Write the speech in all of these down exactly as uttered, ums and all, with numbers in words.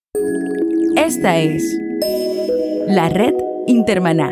Esta es la Red Intermaná.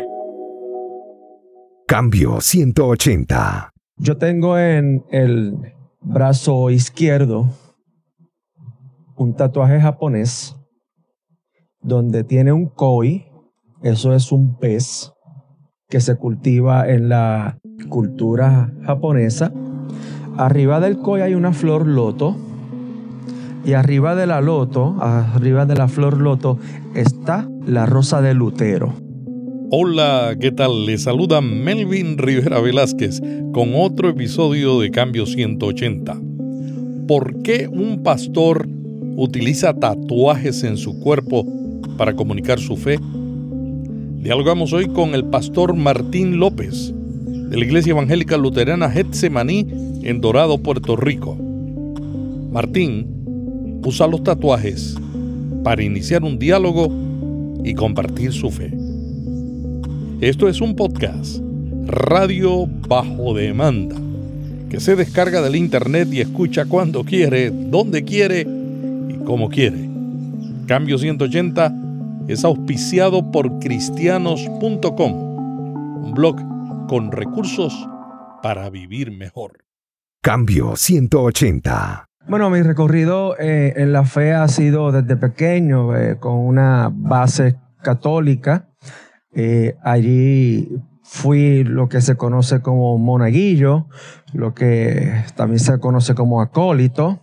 Cambio ciento ochenta. Yo tengo en el brazo izquierdo un tatuaje japonés donde tiene un koi. Eso es un pez que se cultiva en la cultura japonesa. Arriba del koi hay una flor loto. Y arriba de la loto, arriba de la flor loto, está la rosa de Lutero. Hola, ¿qué tal? Les saluda Melvin Rivera Velázquez con otro episodio de Cambio ciento ochenta. ¿Por qué un pastor utiliza tatuajes en su cuerpo para comunicar su fe? Dialogamos hoy con el pastor Martín López, de la Iglesia Evangélica Luterana Getsemaní en Dorado, Puerto Rico. Martín usa los tatuajes para iniciar un diálogo y compartir su fe. Esto es un podcast, radio bajo demanda, que se descarga del internet y escucha cuando quiere, donde quiere y como quiere. Cambio ciento ochenta es auspiciado por cristianos punto com, un blog con recursos para vivir mejor. Cambio ciento ochenta. Bueno, mi recorrido eh, en la fe ha sido desde pequeño, eh, con una base católica. Eh, allí fui lo que se conoce como monaguillo, lo que también se conoce como acólito.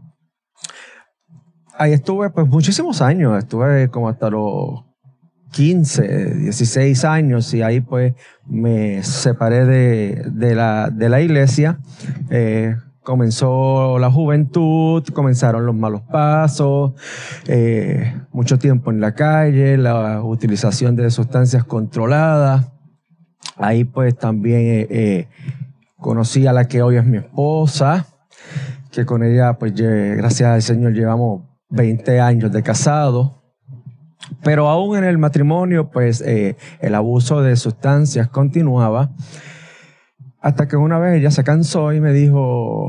Ahí estuve pues muchísimos años, estuve como hasta los quince, dieciséis años, y ahí pues me separé de, de, la, de la iglesia. Eh, Comenzó la juventud, comenzaron los malos pasos, eh, mucho tiempo en la calle, la utilización de sustancias controladas. Ahí pues también eh, eh, conocí a la que hoy es mi esposa, que con ella pues gracias al Señor llevamos veinte años de casado. Pero aún en el matrimonio pues eh, el abuso de sustancias continuaba. Hasta que una vez ella se cansó y me dijo,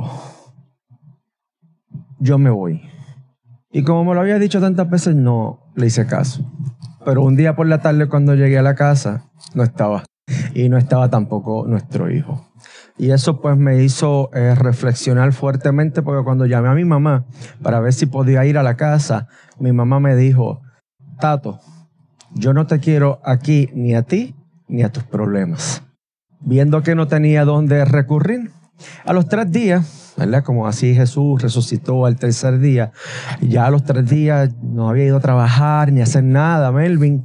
yo me voy. Y como me lo había dicho tantas veces, no le hice caso. Pero un día por la tarde cuando llegué a la casa, no estaba. Y no estaba tampoco nuestro hijo. Y eso pues me hizo eh, reflexionar fuertemente, porque cuando llamé a mi mamá para ver si podía ir a la casa, mi mamá me dijo, Tato, yo no te quiero aquí ni a ti ni a tus problemas. Viendo que no tenía dónde recurrir, a los tres días, ¿verdad? Como así Jesús resucitó al tercer día, ya a los tres días no había ido a trabajar ni a hacer nada, Melvin.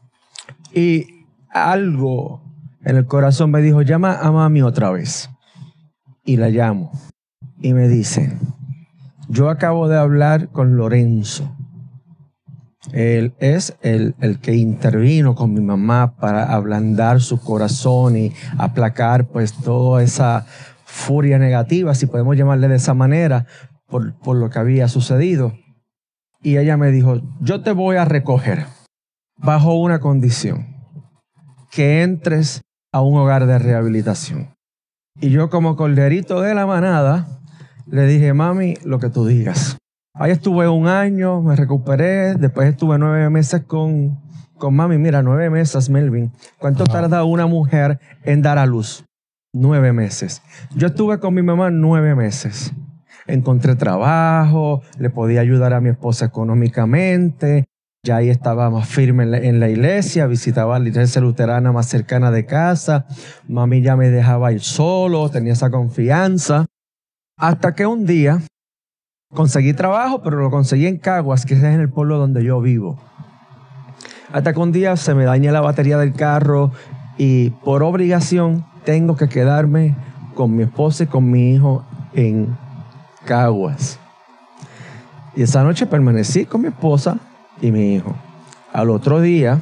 Y algo en el corazón me dijo, llama a mami otra vez. Y la llamo. Y me dice, yo acabo de hablar con Lorenzo. Él es el, el que intervino con mi mamá para ablandar su corazón y aplacar pues toda esa furia negativa, si podemos llamarle de esa manera, por, por lo que había sucedido. Y ella me dijo, yo te voy a recoger bajo una condición, que entres a un hogar de rehabilitación. Y yo como corderito de la manada le dije, mami, lo que tú digas. Ahí estuve un año, me recuperé, después estuve nueve meses con, con mami. Mira, nueve meses, Melvin. ¿Cuánto tarda una mujer en dar a luz? Nueve meses. Yo estuve con mi mamá nueve meses. Encontré trabajo, le podía ayudar a mi esposa económicamente. Ya ahí estaba más firme en la, en la iglesia, visitaba la iglesia luterana más cercana de casa. Mami ya me dejaba ir solo, tenía esa confianza. Hasta que un día conseguí trabajo, pero lo conseguí en Caguas, que es en el pueblo donde yo vivo. Hasta que un día se me daña la batería del carro y por obligación tengo que quedarme con mi esposa y con mi hijo en Caguas. Y esa noche permanecí con mi esposa y mi hijo. Al otro día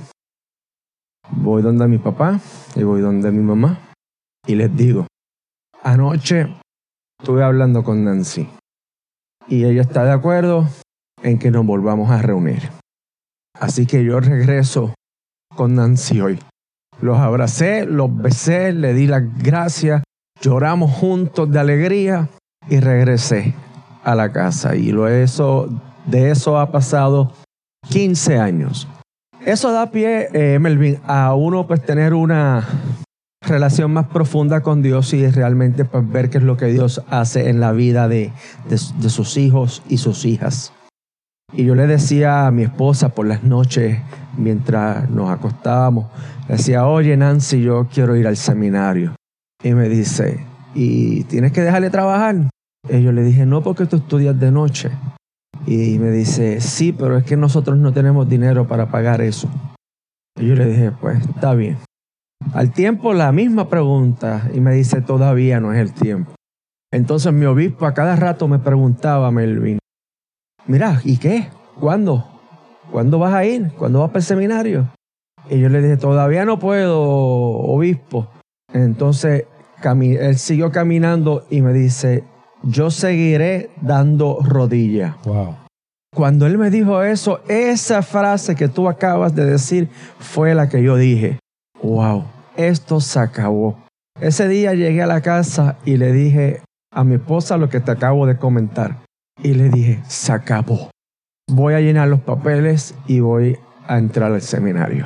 voy donde mi papá y voy donde mi mamá y les digo, anoche estuve hablando con Nancy y ella está de acuerdo en que nos volvamos a reunir. Así que yo regreso con Nancy hoy. Los abracé, los besé, le di las gracias, lloramos juntos de alegría y regresé a la casa. Y lo eso, de eso ha pasado quince años. Eso da pie, eh, Melvin, a uno pues tener una relación más profunda con Dios y realmente pues, ver qué es lo que Dios hace en la vida de, de, de sus hijos y sus hijas. Y yo le decía a mi esposa por las noches, mientras nos acostábamos, le decía, oye Nancy, yo quiero ir al seminario. Y me dice, ¿y tienes que dejarle trabajar? Y yo le dije, no, porque tú estudias de noche. Y me dice, sí, pero es que nosotros no tenemos dinero para pagar eso. Y yo le dije, pues está bien. Al tiempo la misma pregunta y me dice, todavía no es el tiempo. Entonces mi obispo a cada rato me preguntaba, Melvin, mira, ¿y qué? ¿Cuándo? ¿Cuándo vas a ir? ¿Cuándo vas para el seminario? Y yo le dije, todavía no puedo, obispo. Entonces cami- él siguió caminando y me dice, yo seguiré dando rodillas. Wow. Cuando él me dijo eso, esa frase que tú acabas de decir fue la que yo dije, wow, esto se acabó. Ese día llegué a la casa y le dije a mi esposa lo que te acabo de comentar. Y le dije, se acabó. Voy a llenar los papeles y voy a entrar al seminario.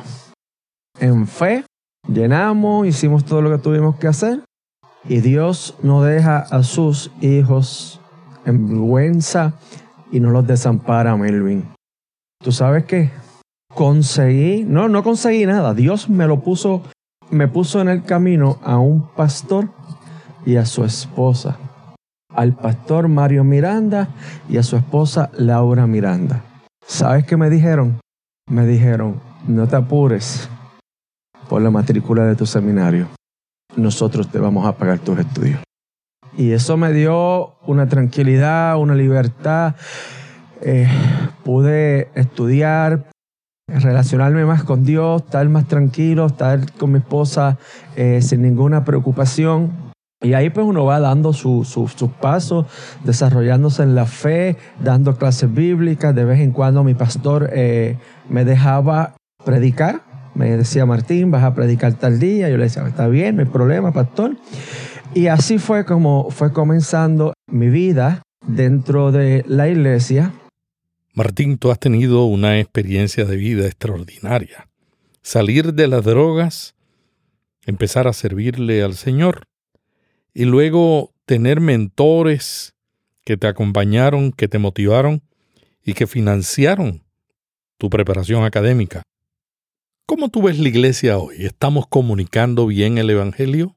En fe, llenamos, hicimos todo lo que tuvimos que hacer. Y Dios no deja a sus hijos en vergüenza y no los desampara, Melvin. ¿Tú sabes qué? Conseguí, no, no conseguí nada. Dios me lo puso, me puso en el camino a un pastor y a su esposa. Al pastor Mario Miranda y a su esposa Laura Miranda. ¿Sabes qué me dijeron? Me dijeron, no te apures por la matrícula de tu seminario. Nosotros te vamos a pagar tus estudios. Y eso me dio una tranquilidad, una libertad. Eh, pude estudiar, relacionarme más con Dios, estar más tranquilo, estar con mi esposa eh, sin ninguna preocupación. Y ahí pues uno va dando su, su, sus pasos, desarrollándose en la fe, dando clases bíblicas. De vez en cuando mi pastor eh, me dejaba predicar. Me decía, Martín, vas a predicar tal día. Yo le decía, está bien, no hay problema, pastor. Y así fue como fue comenzando mi vida dentro de la iglesia. Martín, tú has tenido una experiencia de vida extraordinaria. Salir de las drogas, empezar a servirle al Señor y luego tener mentores que te acompañaron, que te motivaron y que financiaron tu preparación académica. ¿Cómo tú ves la iglesia hoy? ¿Estamos comunicando bien el evangelio?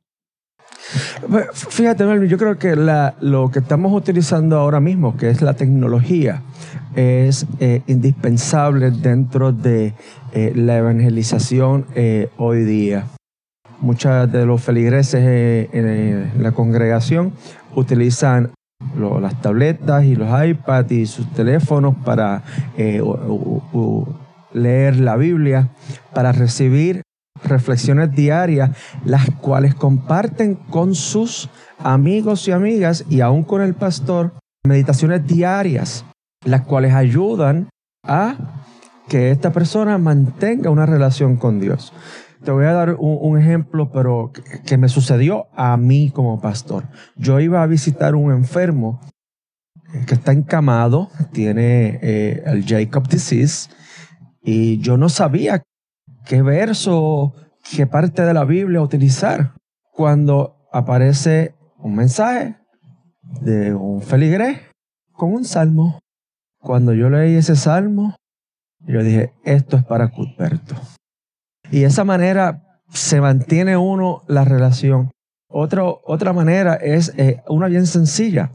Fíjate, Melvin, yo creo que la, lo que estamos utilizando ahora mismo, que es la tecnología, es eh, indispensable dentro de eh, la evangelización eh, hoy día. Muchos de los feligreses eh, en la congregación utilizan lo, las tabletas y los iPads y sus teléfonos para eh, u, u, u, leer la Biblia, para recibir reflexiones diarias, las cuales comparten con sus amigos y amigas y aún con el pastor, meditaciones diarias, las cuales ayudan a que esta persona mantenga una relación con Dios. Te voy a dar un, un ejemplo, pero que, que me sucedió a mí como pastor. Yo iba a visitar un enfermo que está encamado, tiene eh, el Jacob disease, y yo no sabía qué verso, qué parte de la Biblia utilizar. Cuando aparece un mensaje de un feligrés con un salmo. Cuando yo leí ese salmo, yo dije, esto es para Cuthberto. Y de esa manera se mantiene uno la relación. Otra, otra manera es eh, una bien sencilla.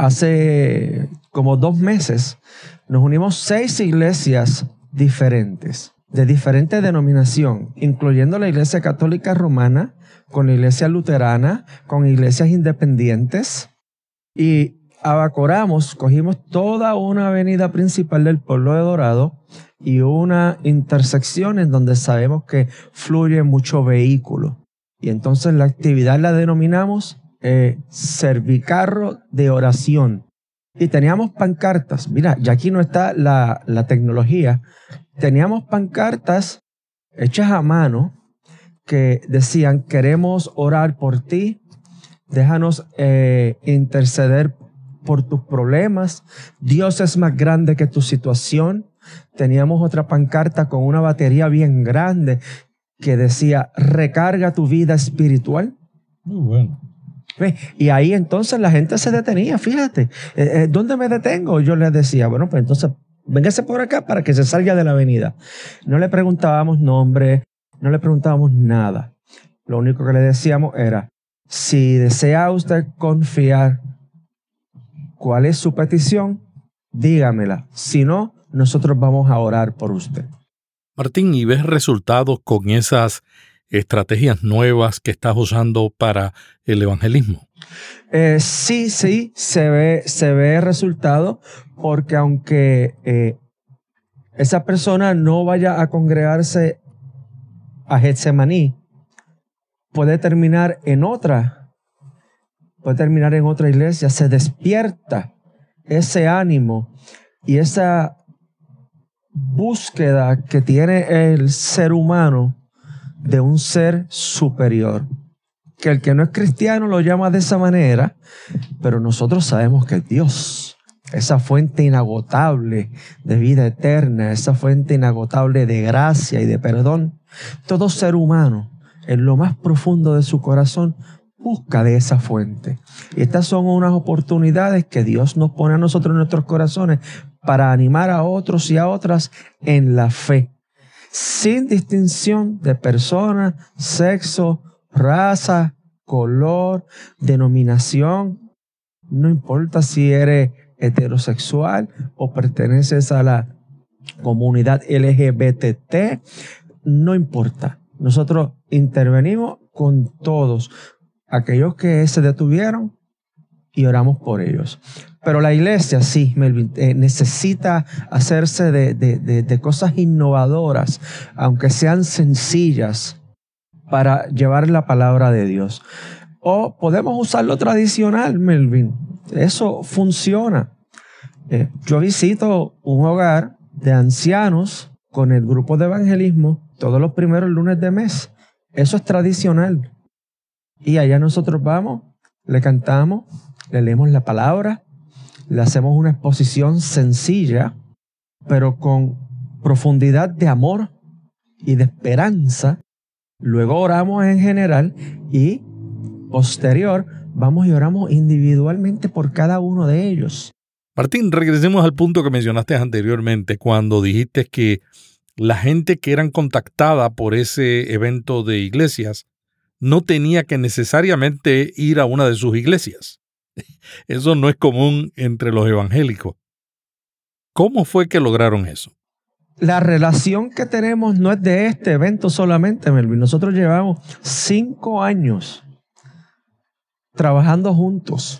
Hace como dos meses nos unimos seis iglesias diferentes, de diferente denominación, incluyendo la Iglesia Católica Romana, con la Iglesia Luterana, con iglesias independientes, y abacoramos, cogimos toda una avenida principal del pueblo de Dorado y una intersección en donde sabemos que fluye mucho vehículo. Y entonces la actividad la denominamos eh, Servicarro de Oración. Y teníamos pancartas. Mira, ya aquí no está la, la tecnología. Teníamos pancartas hechas a mano que decían, queremos orar por ti, déjanos eh, interceder por tus problemas, Dios es más grande que tu situación, teníamos otra pancarta con una batería bien grande que decía, recarga tu vida espiritual. Muy bueno. Y ahí entonces la gente se detenía, fíjate. Eh, eh, ¿Dónde me detengo? Yo les decía, bueno, pues entonces véngase por acá para que se salga de la avenida. No le preguntábamos nombre, no le preguntábamos nada. Lo único que le decíamos era, si desea usted confiar cuál es su petición, dígamela. Si no, nosotros vamos a orar por usted. Martín, ¿y ves resultados con esas estrategias nuevas que estás usando para el evangelismo? Eh, sí, sí, se ve, se ve resultado, porque aunque eh, esa persona no vaya a congregarse a Getsemaní, puede terminar en otra, puede terminar en otra iglesia, se despierta ese ánimo y esa búsqueda que tiene el ser humano de un ser superior, que el que no es cristiano lo llama de esa manera, pero nosotros sabemos que Dios, esa fuente inagotable de vida eterna, esa fuente inagotable de gracia y de perdón, todo ser humano en lo más profundo de su corazón busca de esa fuente. Y estas son unas oportunidades que Dios nos pone a nosotros en nuestros corazones para animar a otros y a otras en la fe, sin distinción de persona, sexo, raza, color, denominación. No importa si eres heterosexual o perteneces a la comunidad L G B T T, no importa. Nosotros intervenimos con todos aquellos que se detuvieron y oramos por ellos. Pero la iglesia, sí, Melvin, eh, necesita hacerse de, de, de, de cosas innovadoras, aunque sean sencillas, para llevar la palabra de Dios. O podemos usar lo tradicional, Melvin. Eso funciona. Eh, yo visito un hogar de ancianos con el grupo de evangelismo todos los primeros lunes de mes. Eso es tradicional. Y allá nosotros vamos, le cantamos, le leemos la palabra, le hacemos una exposición sencilla, pero con profundidad de amor y de esperanza. Luego oramos en general y posterior vamos y oramos individualmente por cada uno de ellos. Martín, regresemos al punto que mencionaste anteriormente cuando dijiste que la gente que eran contactada por ese evento de iglesias no tenía que necesariamente ir a una de sus iglesias. Eso no es común entre los evangélicos. ¿Cómo fue que lograron eso? La relación que tenemos no es de este evento solamente, Melvin. Nosotros llevamos cinco años trabajando juntos.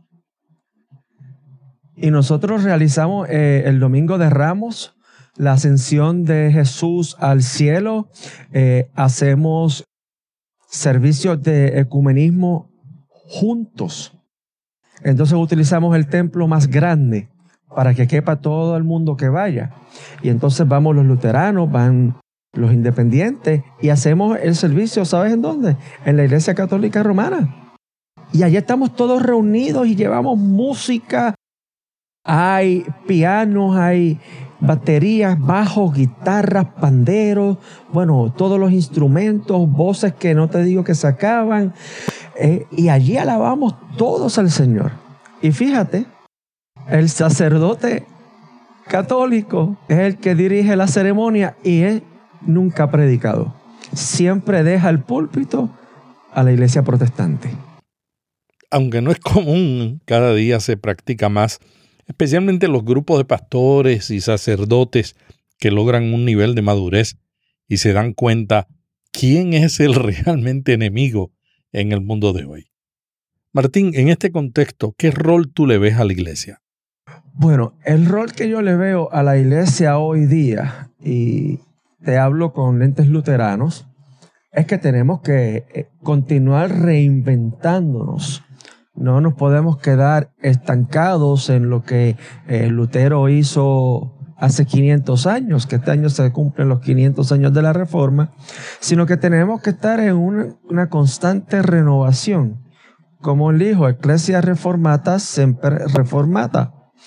Y nosotros realizamos eh, el Domingo de Ramos, la ascensión de Jesús al cielo. Eh, hacemos servicios de ecumenismo juntos. Entonces utilizamos el templo más grande para que quepa todo el mundo que vaya. Y entonces vamos los luteranos, van los independientes y hacemos el servicio, ¿sabes en dónde? En la Iglesia Católica Romana. Y allí estamos todos reunidos y llevamos música. Hay pianos, hay baterías, bajos, guitarras, panderos, bueno, todos los instrumentos, voces que no te digo que se acaban. Eh, y allí alabamos todos al Señor. Y fíjate, el sacerdote católico es el que dirige la ceremonia y él nunca ha predicado. Siempre deja el púlpito a la iglesia protestante. Aunque no es común, cada día se practica más, especialmente los grupos de pastores y sacerdotes que logran un nivel de madurez y se dan cuenta quién es el realmente enemigo en el mundo de hoy. Martín, en este contexto, ¿qué rol tú le ves a la iglesia? Bueno, el rol que yo le veo a la iglesia hoy día, y te hablo con lentes luteranos, es que tenemos que continuar reinventándonos. No nos podemos quedar estancados en lo que eh, Lutero hizo hace quinientos años, que este año se cumplen los quinientos años de la Reforma, sino que tenemos que estar en una, una constante renovación. Como él dijo, Ecclesia Reformata Semper Reformata.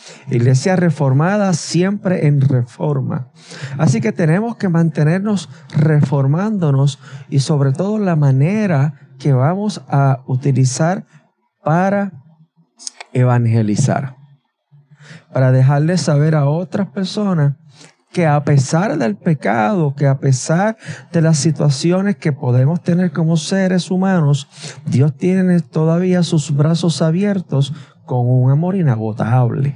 Iglesia reformada siempre en reforma. Así que tenemos que mantenernos reformándonos y sobre todo la manera que vamos a utilizar para evangelizar. Para dejarles saber a otras personas que a pesar del pecado, que a pesar de las situaciones que podemos tener como seres humanos, Dios tiene todavía sus brazos abiertos con un amor inagotable.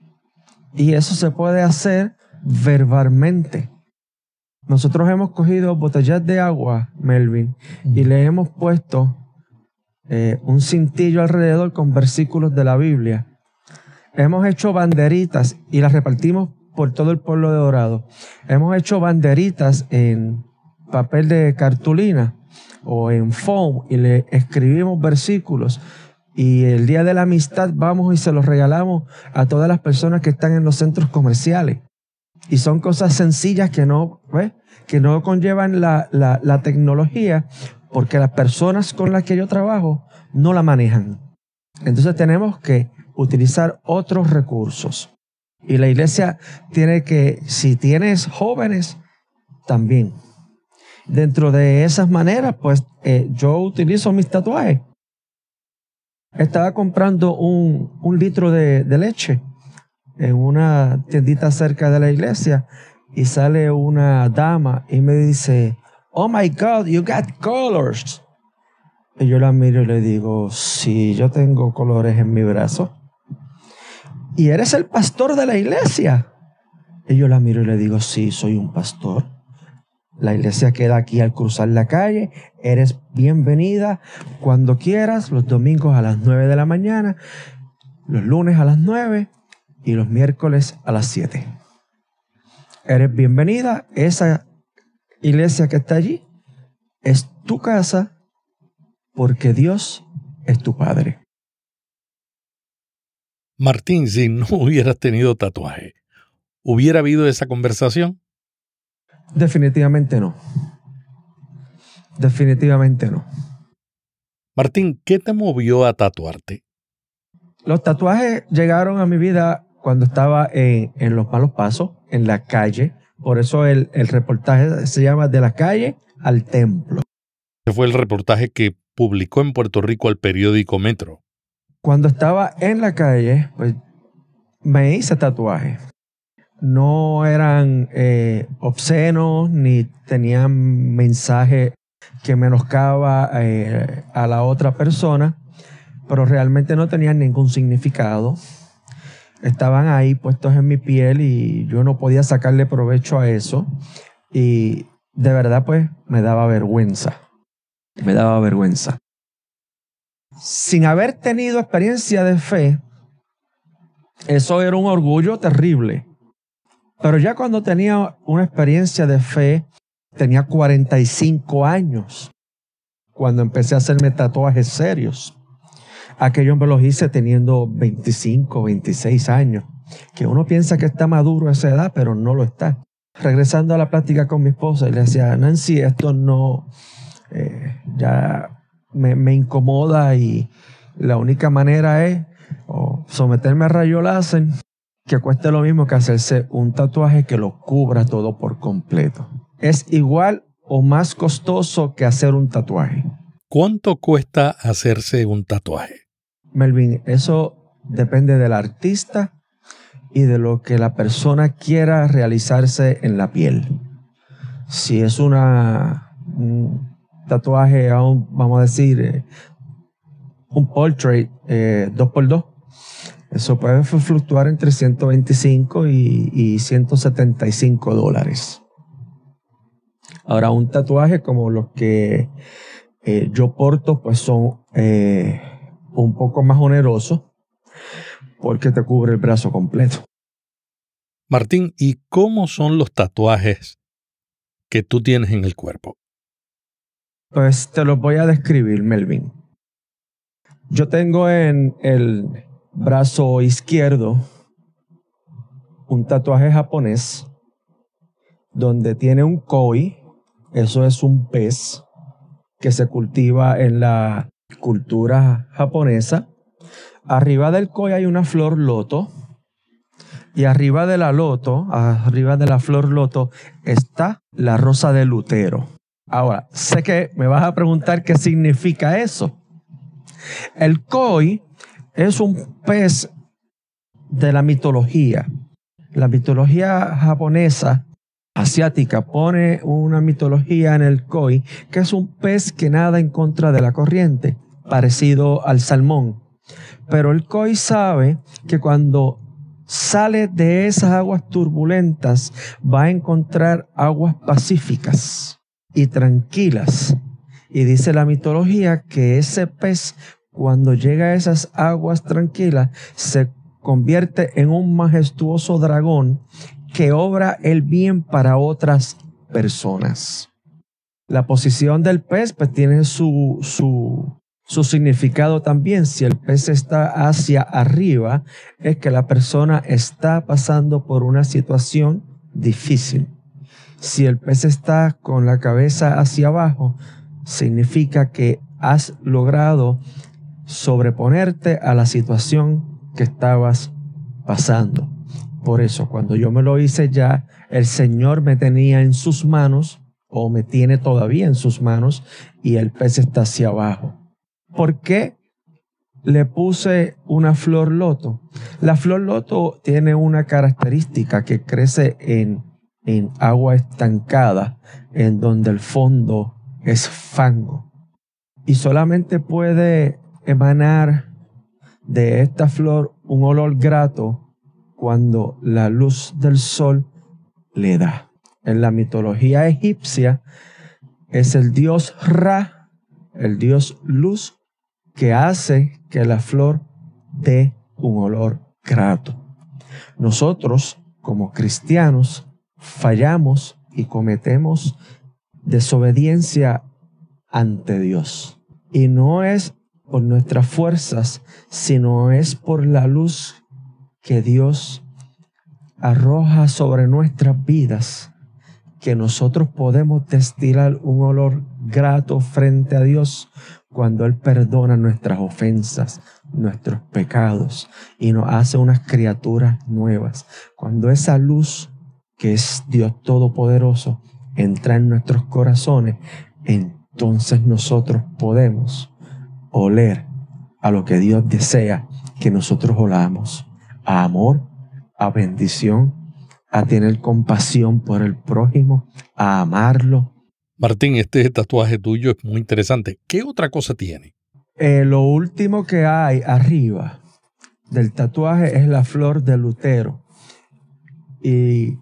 Y eso se puede hacer verbalmente. Nosotros hemos cogido botellas de agua, Melvin, y le hemos puesto eh, un cintillo alrededor con versículos de la Biblia. Hemos hecho banderitas y las repartimos por todo el pueblo de Dorado. Hemos hecho banderitas en papel de cartulina o en foam y le escribimos versículos. Y el día de la amistad vamos y se los regalamos a todas las personas que están en los centros comerciales. Y son cosas sencillas que no, ¿ves? que no conllevan la, la, la tecnología, porque las personas con las que yo trabajo no la manejan. Entonces tenemos que utilizar otros recursos. Y la iglesia tiene que, si tienes jóvenes, también. Dentro de esas maneras, pues eh, yo utilizo mis tatuajes. Estaba comprando un, un litro de, de leche en una tiendita cerca de la iglesia y sale una dama y me dice, "Oh my God, you got colors." Y yo la miro y le digo, "Sí, yo tengo colores en mi brazo." "¿Y eres el pastor de la iglesia?" Y yo la miro y le digo, "Sí, soy un pastor. La iglesia queda aquí al cruzar la calle. Eres bienvenida cuando quieras, los domingos a las nueve de la mañana, los lunes a las nueve y los miércoles a las siete. Eres bienvenida. Esa iglesia que está allí es tu casa porque Dios es tu Padre." Martín, si no hubieras tenido tatuaje, ¿hubiera habido esa conversación? Definitivamente no. Definitivamente no. Martín, ¿qué te movió a tatuarte? Los tatuajes llegaron a mi vida cuando estaba en, en los malos pasos, en la calle. Por eso el, el reportaje se llama De la calle al templo. Ese fue el reportaje que publicó en Puerto Rico el periódico Metro. Cuando estaba en la calle, pues me hice tatuajes. No eran eh, obscenos ni tenían mensaje que menoscaba eh, a la otra persona, pero realmente no tenían ningún significado. Estaban ahí puestos en mi piel y yo no podía sacarle provecho a eso. Y de verdad, pues, me daba vergüenza. Me daba vergüenza. Sin haber tenido experiencia de fe, eso era un orgullo terrible. Pero ya cuando tenía una experiencia de fe, tenía cuarenta y cinco años, cuando empecé a hacerme tatuajes serios. Aquellos me los hice teniendo veinticinco, veintiséis años, que uno piensa que está maduro a esa edad, pero no lo está. Regresando a la plática con mi esposa, y le decía, "Nancy, esto no, eh, ya me, me incomoda y la única manera es o someterme a rayo láser, que cueste lo mismo que hacerse un tatuaje que lo cubra todo por completo. Es igual o más costoso que hacer un tatuaje." ¿Cuánto cuesta hacerse un tatuaje? Melvin, eso depende del artista y de lo que la persona quiera realizarse en la piel. Si es una, un tatuaje, vamos a decir, eh, un portrait eh, dos por dos, eso puede fluctuar entre ciento veinticinco y, y ciento setenta y cinco dólares. Ahora, un tatuaje como los que eh, yo porto, pues son eh, un poco más onerosos porque te cubre el brazo completo. Martín, ¿y cómo son los tatuajes que tú tienes en el cuerpo? Pues te los voy a describir, Melvin. Yo tengo en el brazo izquierdo un tatuaje japonés donde tiene un koi. Eso es un pez que se cultiva en la cultura japonesa. Arriba del koi hay una flor loto Y arriba de la loto, arriba de la flor loto, está la rosa de Lutero. Ahora, sé que me vas a preguntar qué significa eso. El koi es un pez de la mitología. La mitología japonesa, asiática, pone una mitología en el koi, que es un pez que nada en contra de la corriente, parecido al salmón. Pero el koi sabe que cuando sale de esas aguas turbulentas va a encontrar aguas pacíficas y tranquilas. Y dice la mitología que ese pez, cuando llega a esas aguas tranquilas, se convierte en un majestuoso dragón que obra el bien para otras personas. La posición del pez pues tiene su, su, su significado también. Si el pez está hacia arriba, es que la persona está pasando por una situación difícil. Si el pez está con la cabeza hacia abajo, significa que has logrado sobreponerte a la situación que estabas pasando. Por eso, cuando yo me lo hice ya, el Señor me tenía en sus manos, o me tiene todavía en sus manos, y el pez está hacia abajo. ¿Por qué le puse una flor loto? La flor loto tiene una característica que crece en, en agua estancada, en donde el fondo es fango. Y solamente puede emanar de esta flor un olor grato cuando la luz del sol le da. En la mitología egipcia es el dios Ra, el dios luz, que hace que la flor dé un olor grato. Nosotros, como cristianos, fallamos y cometemos desobediencia ante Dios. Y no es por nuestras fuerzas, sino es por la luz que Dios arroja sobre nuestras vidas, que nosotros podemos destilar un olor grato frente a Dios cuando Él perdona nuestras ofensas, nuestros pecados y nos hace unas criaturas nuevas. Cuando esa luz, que es Dios Todopoderoso, entra en nuestros corazones, entonces nosotros podemos oler a lo que Dios desea que nosotros olamos, a amor, a bendición, a tener compasión por el prójimo, a amarlo. Martín, este tatuaje tuyo es muy interesante. ¿Qué otra cosa tiene? Eh, lo último que hay arriba del tatuaje es la flor de Lutero. Y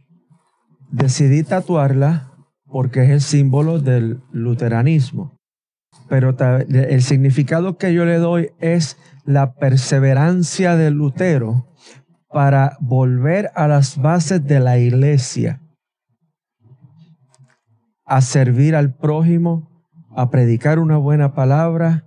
decidí tatuarla porque es el símbolo del luteranismo. Pero el significado que yo le doy es la perseverancia de Lutero para volver a las bases de la iglesia, a servir al prójimo, a predicar una buena palabra,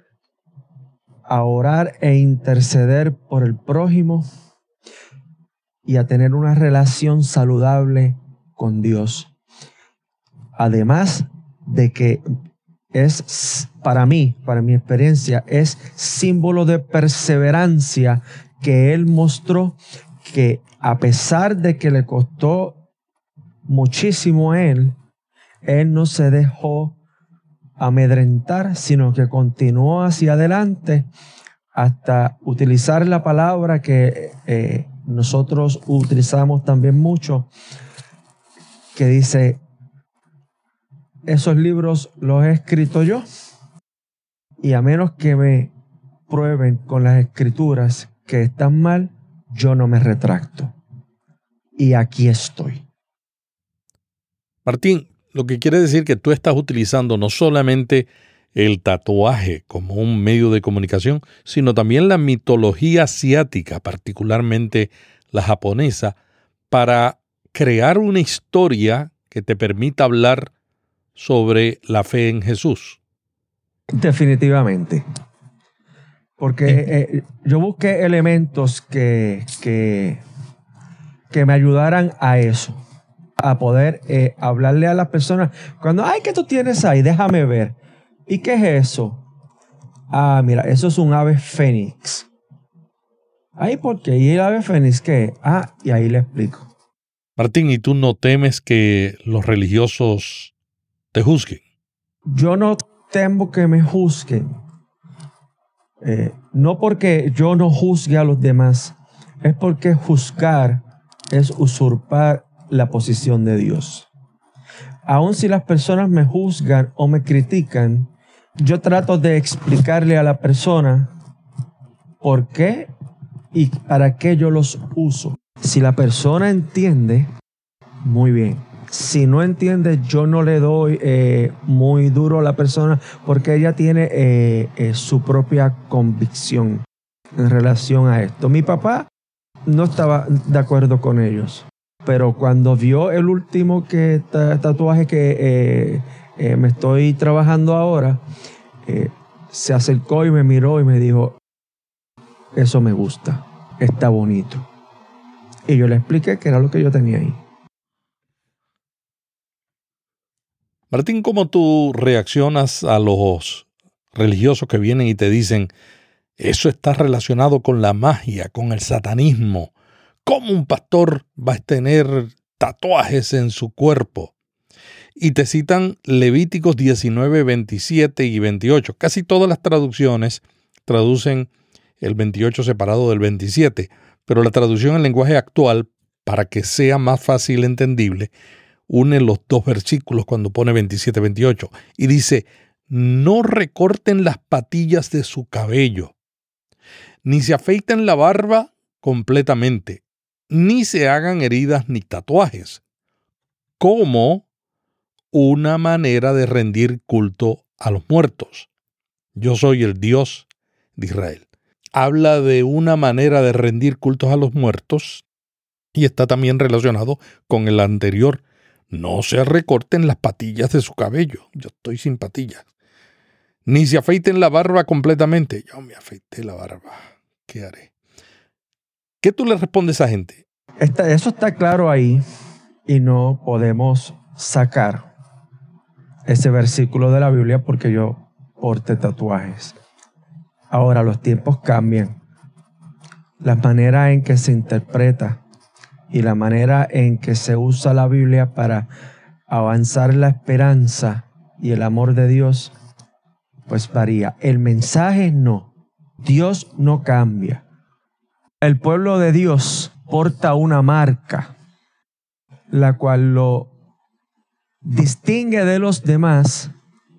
a orar e interceder por el prójimo y a tener una relación saludable con Dios. Además de que es, para mí, para mi experiencia, es símbolo de perseverancia que Él mostró, que a pesar de que le costó muchísimo a Él, Él no se dejó amedrentar, sino que continuó hacia adelante hasta utilizar la palabra que eh, nosotros utilizamos también mucho, que dice: esos libros los he escrito yo, y a menos que me prueben con las escrituras que están mal, yo no me retracto. Y aquí estoy. Martín, lo que quiere decir que tú estás utilizando no solamente el tatuaje como un medio de comunicación, sino también la mitología asiática, particularmente la japonesa, para crear una historia que te permita hablar sobre la fe en Jesús. Definitivamente. Porque eh, yo busqué elementos que, que, que me ayudaran a eso, a poder eh, hablarle a las personas. Cuando, ay, ¿qué tú tienes ahí? Déjame ver. ¿Y qué es eso? Ah, mira, eso es un ave fénix. Ay, ¿por qué? ¿Y el ave fénix qué? Ah, y ahí le explico. Martín, ¿y tú no temes que los religiosos te juzguen? Yo no temo que me juzguen. Eh, no porque yo no juzgue a los demás, es porque juzgar es usurpar la posición de Dios. Aun si las personas me juzgan o me critican, yo trato de explicarle a la persona por qué y para qué yo los uso. Si la persona entiende, muy bien. Si no entiende, yo no le doy eh, muy duro a la persona porque ella tiene eh, eh, su propia convicción en relación a esto. Mi papá no estaba de acuerdo con ellos, pero cuando vio el último que, tatuaje que eh, eh, me estoy trabajando ahora, eh, se acercó y me miró y me dijo, eso me gusta, está bonito. Y yo le expliqué que era lo que yo tenía ahí. Martín, ¿cómo tú reaccionas a los religiosos que vienen y te dicen, eso está relacionado con la magia, con el satanismo? ¿Cómo un pastor va a tener tatuajes en su cuerpo? Y te citan Levíticos diecinueve, veintisiete y veintiocho. Casi todas las traducciones traducen el veintiocho separado del veintisiete, pero la traducción en lenguaje actual, para que sea más fácil entendible, une los dos versículos cuando pone veintisiete, veintiocho. Y dice, no recorten las patillas de su cabello, ni se afeiten la barba completamente, ni se hagan heridas ni tatuajes, como una manera de rendir culto a los muertos. Yo soy el Dios de Israel. Habla de una manera de rendir cultos a los muertos y está también relacionado con el anterior. No se recorten las patillas de su cabello. Yo estoy sin patillas. Ni se afeiten la barba completamente. Yo me afeité la barba. ¿Qué haré? ¿Qué tú le respondes a esa gente? Esta, eso está claro ahí y no podemos sacar ese versículo de la Biblia porque yo porte tatuajes. Ahora los tiempos cambian. La manera en que se interpreta y la manera en que se usa la Biblia para avanzar la esperanza y el amor de Dios, pues varía. El mensaje no. Dios no cambia. El pueblo de Dios porta una marca, la cual lo distingue de los demás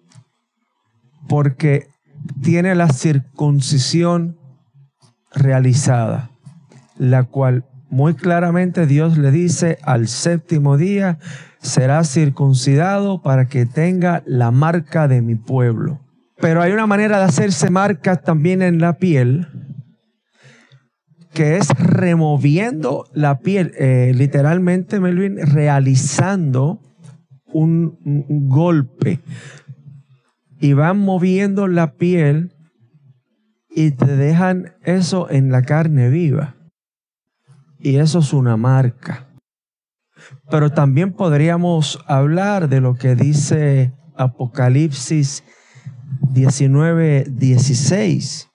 porque tiene la circuncisión realizada, la cual muy claramente Dios le dice, al séptimo día será circuncidado para que tenga la marca de mi pueblo. Pero hay una manera de hacerse marcas también en la piel, que es removiendo la piel, eh, literalmente, Melvin, realizando un, un golpe. Y van moviendo la piel y te dejan eso en la carne viva. Y eso es una marca. Pero también podríamos hablar de lo que dice Apocalipsis diecinueve, dieciséis.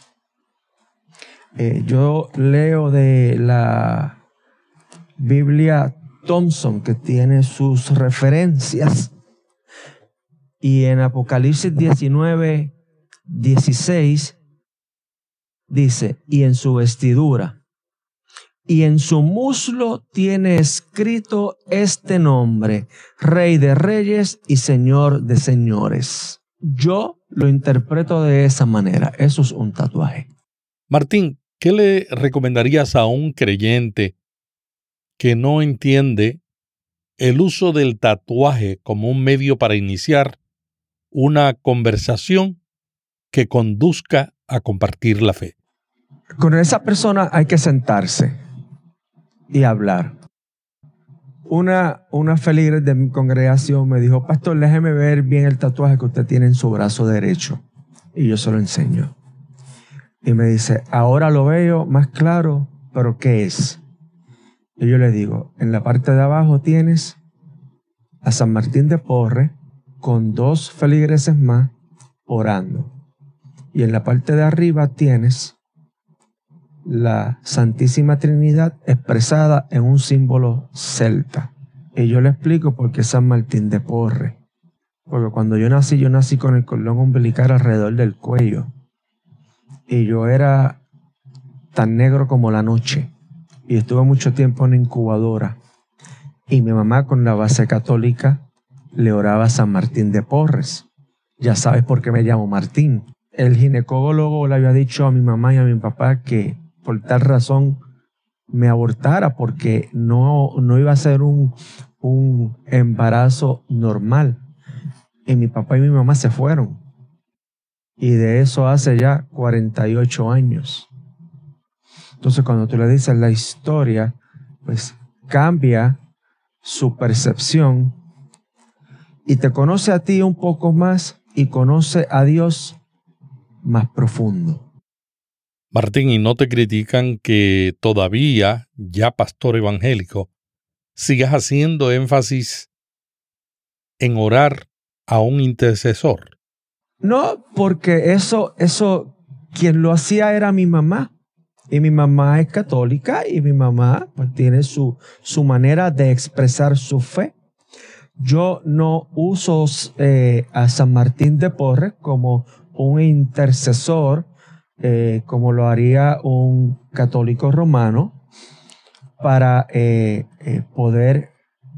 Eh, yo leo de la Biblia Thompson, que tiene sus referencias. Y en Apocalipsis diecinueve, dieciséis dice, y en su vestidura y en su muslo tiene escrito este nombre, Rey de Reyes y Señor de Señores. Yo lo interpreto de esa manera. Eso es un tatuaje. Martín, ¿qué le recomendarías a un creyente que no entiende el uso del tatuaje como un medio para iniciar una conversación que conduzca a compartir la fe? Con esa persona hay que sentarse y hablar. Una, una feligres de mi congregación me dijo, pastor, déjeme ver bien el tatuaje que usted tiene en su brazo derecho. Y yo se lo enseño. Y me dice, ahora lo veo más claro, pero ¿qué es? Y yo le digo, en la parte de abajo tienes a San Martín de Porres con dos feligreses más orando. Y en la parte de arriba tienes la Santísima Trinidad expresada en un símbolo celta. Y yo le explico por qué San Martín de Porres. Porque cuando yo nací, yo nací con el cordón umbilical alrededor del cuello. Y yo era tan negro como la noche. Y estuve mucho tiempo en incubadora. Y mi mamá, con la base católica, le oraba a San Martín de Porres. Ya sabes por qué me llamo Martín. El ginecólogo le había dicho a mi mamá y a mi papá que por tal razón me abortara, porque no, no iba a ser un, un embarazo normal. Y mi papá y mi mamá se fueron. Y de eso hace ya cuarenta y ocho años. Entonces, cuando tú le dices la historia, pues cambia su percepción y te conoce a ti un poco más y conoce a Dios más profundo. Martín, ¿y no te critican que todavía, ya pastor evangélico, sigas haciendo énfasis en orar a un intercesor? No, porque eso, eso, quien lo hacía era mi mamá. Y mi mamá es católica y mi mamá pues tiene su, su manera de expresar su fe. Yo no uso eh, a San Martín de Porres como un intercesor, eh, como lo haría un católico romano, para eh, eh, poder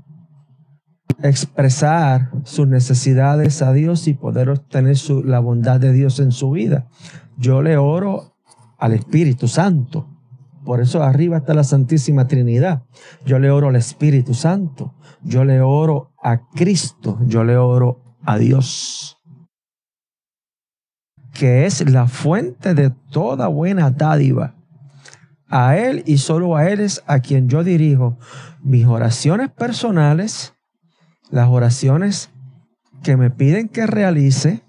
expresar sus necesidades a Dios y poder obtener su, la bondad de Dios en su vida. Yo le oro al Espíritu Santo. Por eso arriba está la Santísima Trinidad. Yo le oro al Espíritu Santo. Yo le oro a Cristo. Yo le oro a Dios, que es la fuente de toda buena dádiva. A Él y solo a Él es a quien yo dirijo mis oraciones personales, las oraciones que me piden que realice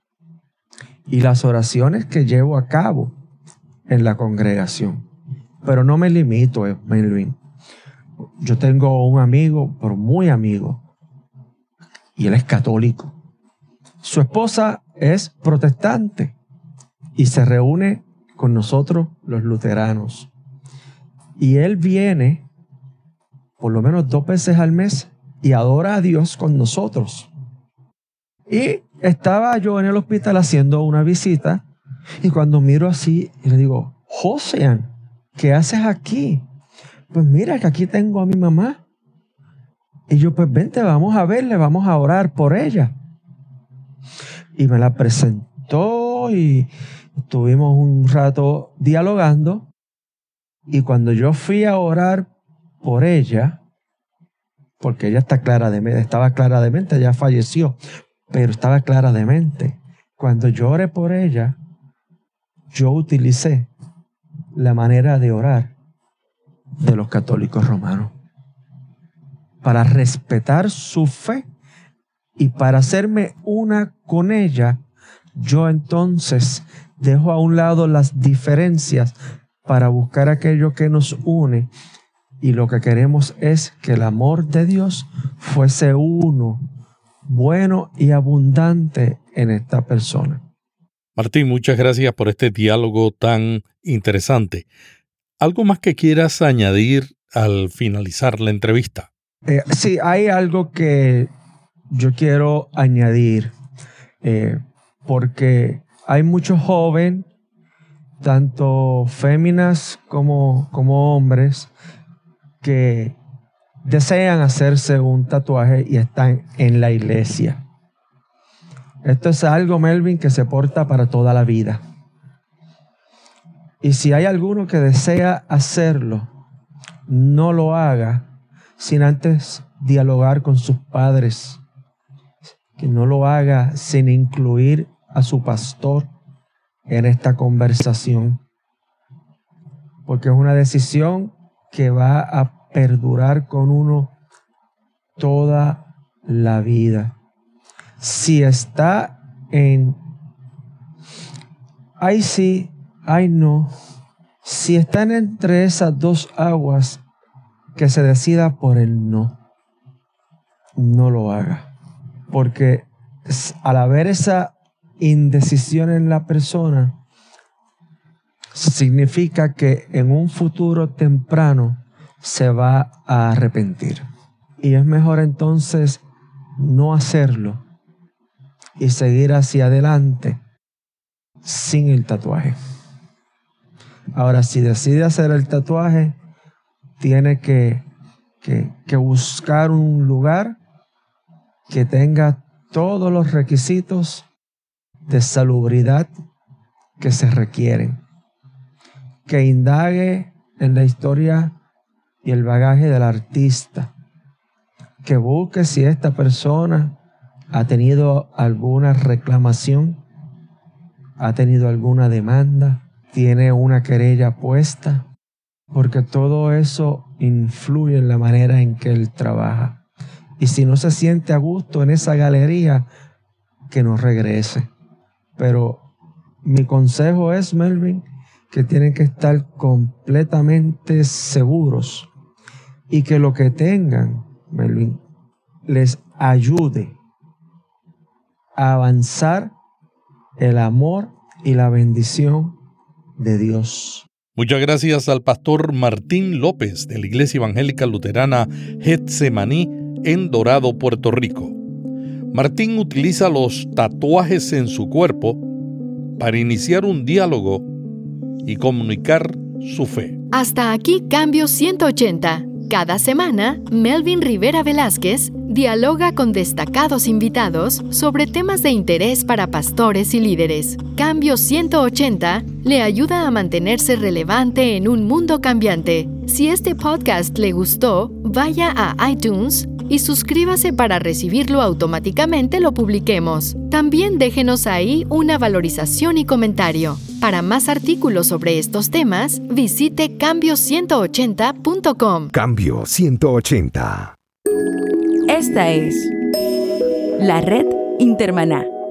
y las oraciones que llevo a cabo en la congregación. Pero no me limito, eh, Melvin. Yo tengo un amigo, pero muy amigo, y él es católico. Su esposa es protestante y se reúne con nosotros los luteranos. Y él viene por lo menos dos veces al mes y adora a Dios con nosotros. Y estaba yo en el hospital haciendo una visita y cuando miro así y le digo, Josean, ¿qué haces aquí? Pues mira que aquí tengo a mi mamá. Y yo, pues vente, vamos a verle, vamos a orar por ella. Y me la presentó y estuvimos un rato dialogando. Y cuando yo fui a orar por ella, porque ella está clara de mente, estaba clara de mente, ella falleció, pero estaba clara de mente. Cuando yo oré por ella, yo utilicé la manera de orar de los católicos romanos para respetar su fe y para hacerme una con ella. Yo entonces dejo a un lado las diferencias para buscar aquello que nos une, y lo que queremos es que el amor de Dios fuese uno, bueno y abundante en esta persona. Martín, muchas gracias por este diálogo tan interesante. ¿Algo más que quieras añadir al finalizar la entrevista? Eh, sí, hay algo que yo quiero añadir, eh, porque hay muchos jóvenes, tanto féminas como, como hombres, que desean hacerse un tatuaje y están en la iglesia. Esto es algo, Melvin, que se porta para toda la vida. Y si hay alguno que desea hacerlo, no lo haga sin antes dialogar con sus padres. Que no lo haga sin incluir a su pastor en esta conversación. Porque es una decisión que va a perdurar con uno toda la vida. Si está en ay sí, ay no, si están entre esas dos aguas, que se decida por el no. No lo haga. Porque al haber esa indecisión en la persona, significa que en un futuro temprano se va a arrepentir. Y es mejor entonces no hacerlo y seguir hacia adelante sin el tatuaje. Ahora, si decide hacer el tatuaje, tiene que, que, que buscar un lugar que tenga todos los requisitos de salubridad que se requieren. Que indague en la historia y el bagaje del artista. Que busque si esta persona ha tenido alguna reclamación, ha tenido alguna demanda, tiene una querella puesta, porque todo eso influye en la manera en que él trabaja. Y si no se siente a gusto en esa galería, que no regrese. Pero mi consejo es, Melvin, que tienen que estar completamente seguros y que lo que tengan, Melvin, les ayude a avanzar el amor y la bendición de Dios. Muchas gracias al pastor Martín López de la Iglesia Evangélica Luterana Getsemaní en Dorado, Puerto Rico. Martín utiliza los tatuajes en su cuerpo para iniciar un diálogo y comunicar su fe. Hasta aquí Cambio ciento ochenta. Cada semana, Melvin Rivera Velázquez dialoga con destacados invitados sobre temas de interés para pastores y líderes. Cambio ciento ochenta le ayuda a mantenerse relevante en un mundo cambiante. Si este podcast le gustó, vaya a iTunes y suscríbase para recibirlo automáticamente lo publiquemos. También déjenos ahí una valorización y comentario. Para más artículos sobre estos temas, visite cambio ciento ochenta punto com. Cambio ciento ochenta. Esta es la Red Intermaná.